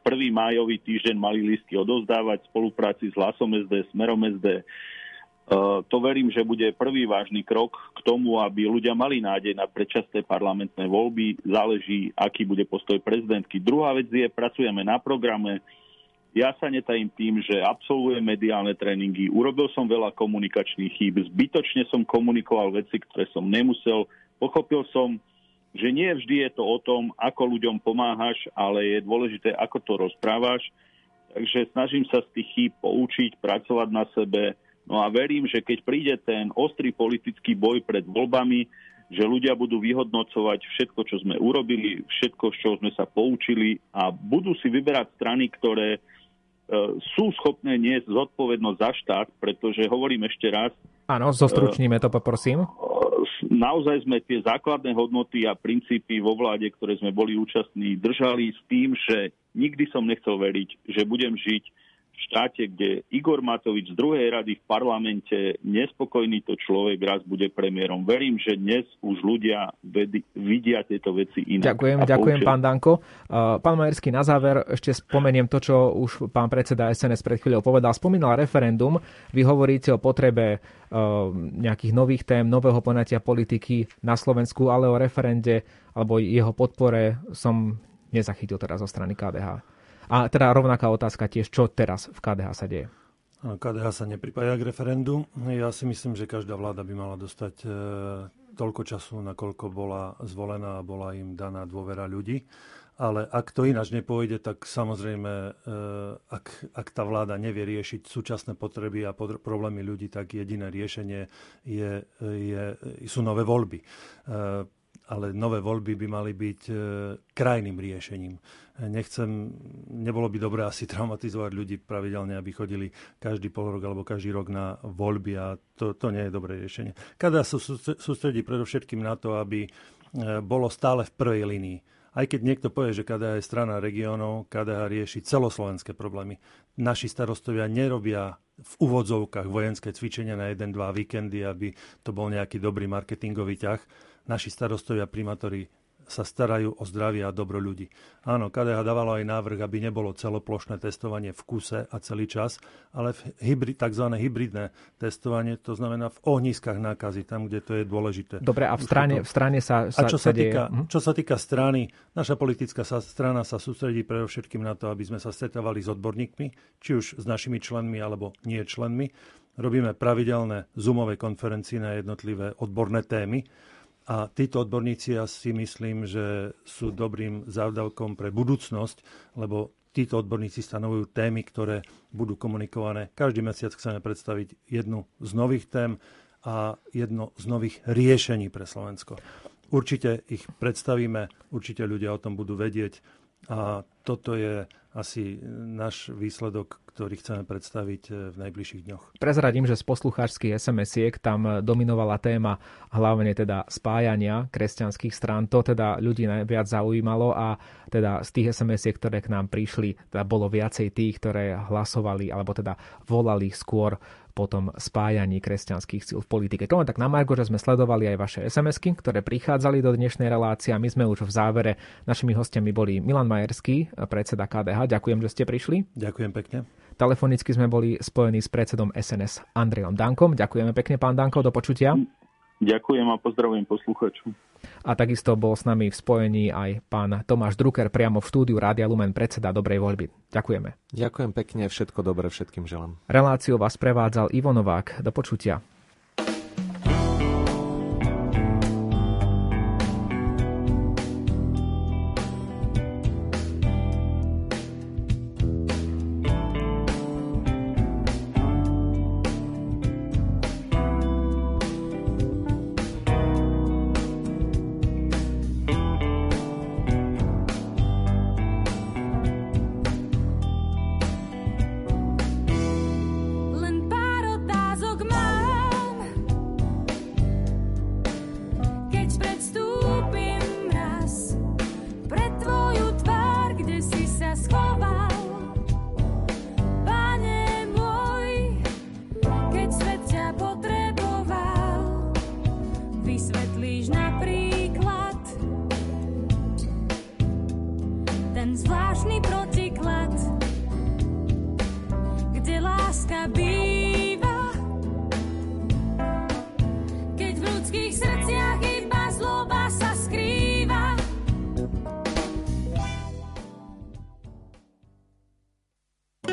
májový týždeň mali lístky odovzdávať v spolupráci s Hlasom es dé, Smerom es dé. Uh, to verím, že bude prvý vážny krok k tomu, aby ľudia mali nádej na predčasné parlamentné voľby. Záleží, aký bude postoj prezidentky. Druhá vec je, pracujeme na programe. Ja sa netajím tým, že absolvujem mediálne tréningy. Urobil som veľa komunikačných chýb. Zbytočne som komunikoval veci, ktoré som nemusel. Pochopil som, že nie vždy je to o tom, ako ľuďom pomáhaš, ale je dôležité, ako to rozprávaš. Takže snažím sa z tých chýb poučiť, pracovať na sebe. No a verím, že keď príde ten ostrý politický boj pred voľbami, že ľudia budú vyhodnocovať všetko, čo sme urobili, všetko, z čoho sme sa poučili a budú si vyberať strany, ktoré e, sú schopné niesť zodpovednosť za štát, pretože hovorím ešte raz. Áno, zostručníme to, poprosím. Naozaj sme tie základné hodnoty a princípy vo vláde, ktoré sme boli účastní, držali s tým, že nikdy som nechcel veriť, že budem žiť v v štáte, kde Igor Matovič z druhej rady v parlamente, nespokojný to človek, raz bude premiérom. Verím, že dnes už ľudia vedi, vidia tieto veci inak. Ďakujem, ďakujem pán Danko. Pán Majerský, na záver ešte spomeniem to, čo už pán predseda es en es pred chvíľou povedal. Spomínal referendum. Vy hovoríte o potrebe nejakých nových tém, nového poňatia politiky na Slovensku, ale o referende alebo jeho podpore som nezachytil teraz zo strany ká dé há. A teda rovnaká otázka tiež, čo teraz v ká dé há sa deje? ká dé há sa nepripája k referendu. Ja si myslím, že každá vláda by mala dostať e, toľko času, nakoľko bola zvolená a bola im daná dôvera ľudí. Ale ak to ináč nepôjde, tak samozrejme, e, ak, ak tá vláda nevie riešiť súčasné potreby a pod, problémy ľudí, tak jediné riešenie je, je, sú nové voľby. E, ale nové voľby by mali byť e, krajným riešením. Nechcem, nebolo by dobré asi traumatizovať ľudí pravidelne, aby chodili každý pol rok alebo každý rok na voľby a to, to nie je dobré riešenie. ká dé há sa sústredí predovšetkým na to, aby e, bolo stále v prvej línii. Aj keď niekto povie, že ká dé há je strana regiónov, ká dé há rieši celoslovenské problémy. Naši starostovia nerobia v úvodzovkách vojenské cvičenia na jeden dva víkendy, aby to bol nejaký dobrý marketingový ťah. Naši starostovia, primátori sa starajú o zdravie a dobro ľudí. Áno, ká dé há dávalo aj návrh, aby nebolo celoplošné testovanie v kuse a celý čas, ale v hybrid, tzv. Hybridné testovanie, to znamená v ohniskách nákazy, tam, kde to je dôležité. Dobre, a v strane, v strane sa, sa, a čo sa, sa deje... týka, čo sa týka strany, naša politická strana sa sústredí predovšetkým na to, aby sme sa stretávali s odborníkmi, či už s našimi členmi, alebo nie členmi. Robíme pravidelné zoomové konferencie na jednotlivé odborné témy. A títo odborníci, ja si myslím, že sú dobrým závdavkom pre budúcnosť, lebo títo odborníci stanovujú témy, ktoré budú komunikované. Každý mesiac chceme predstaviť jednu z nových tém a jedno z nových riešení pre Slovensko. Určite ich predstavíme, určite ľudia o tom budú vedieť a toto je asi náš výsledok, ktorý chceme predstaviť v najbližších dňoch. Prezradím, že z poslucháčskych es em esiek tam dominovala téma hlavne teda spájania kresťanských strán. To teda ľudí najviac zaujímalo a teda z tých es em esiek, ktoré k nám prišli, teda bolo viacej tých, ktoré hlasovali alebo teda volali skôr po tom spájaní kresťanských síl v politike. To len tak na margo, že sme sledovali aj vaše es em esky, ktoré prichádzali do dnešnej relácie a my sme už v závere. Našimi hostiami boli Milan Majerský, predseda ká dé há. Ďakujem, že ste prišli. Ďakujem pekne. Telefonicky sme boli spojení s predsedom es en es Andrejom Dankom. Ďakujeme pekne, pán Danko, do počutia. Ďakujem a pozdravujem poslucháčov. A takisto bol s nami v spojení aj pán Tomáš Drucker priamo v štúdiu Rádia Lumen, predseda Dobrej voľby. Ďakujeme. Ďakujem pekne, všetko dobré všetkým želám. Reláciu vás prevádzal Ivo Novák. Do počutia.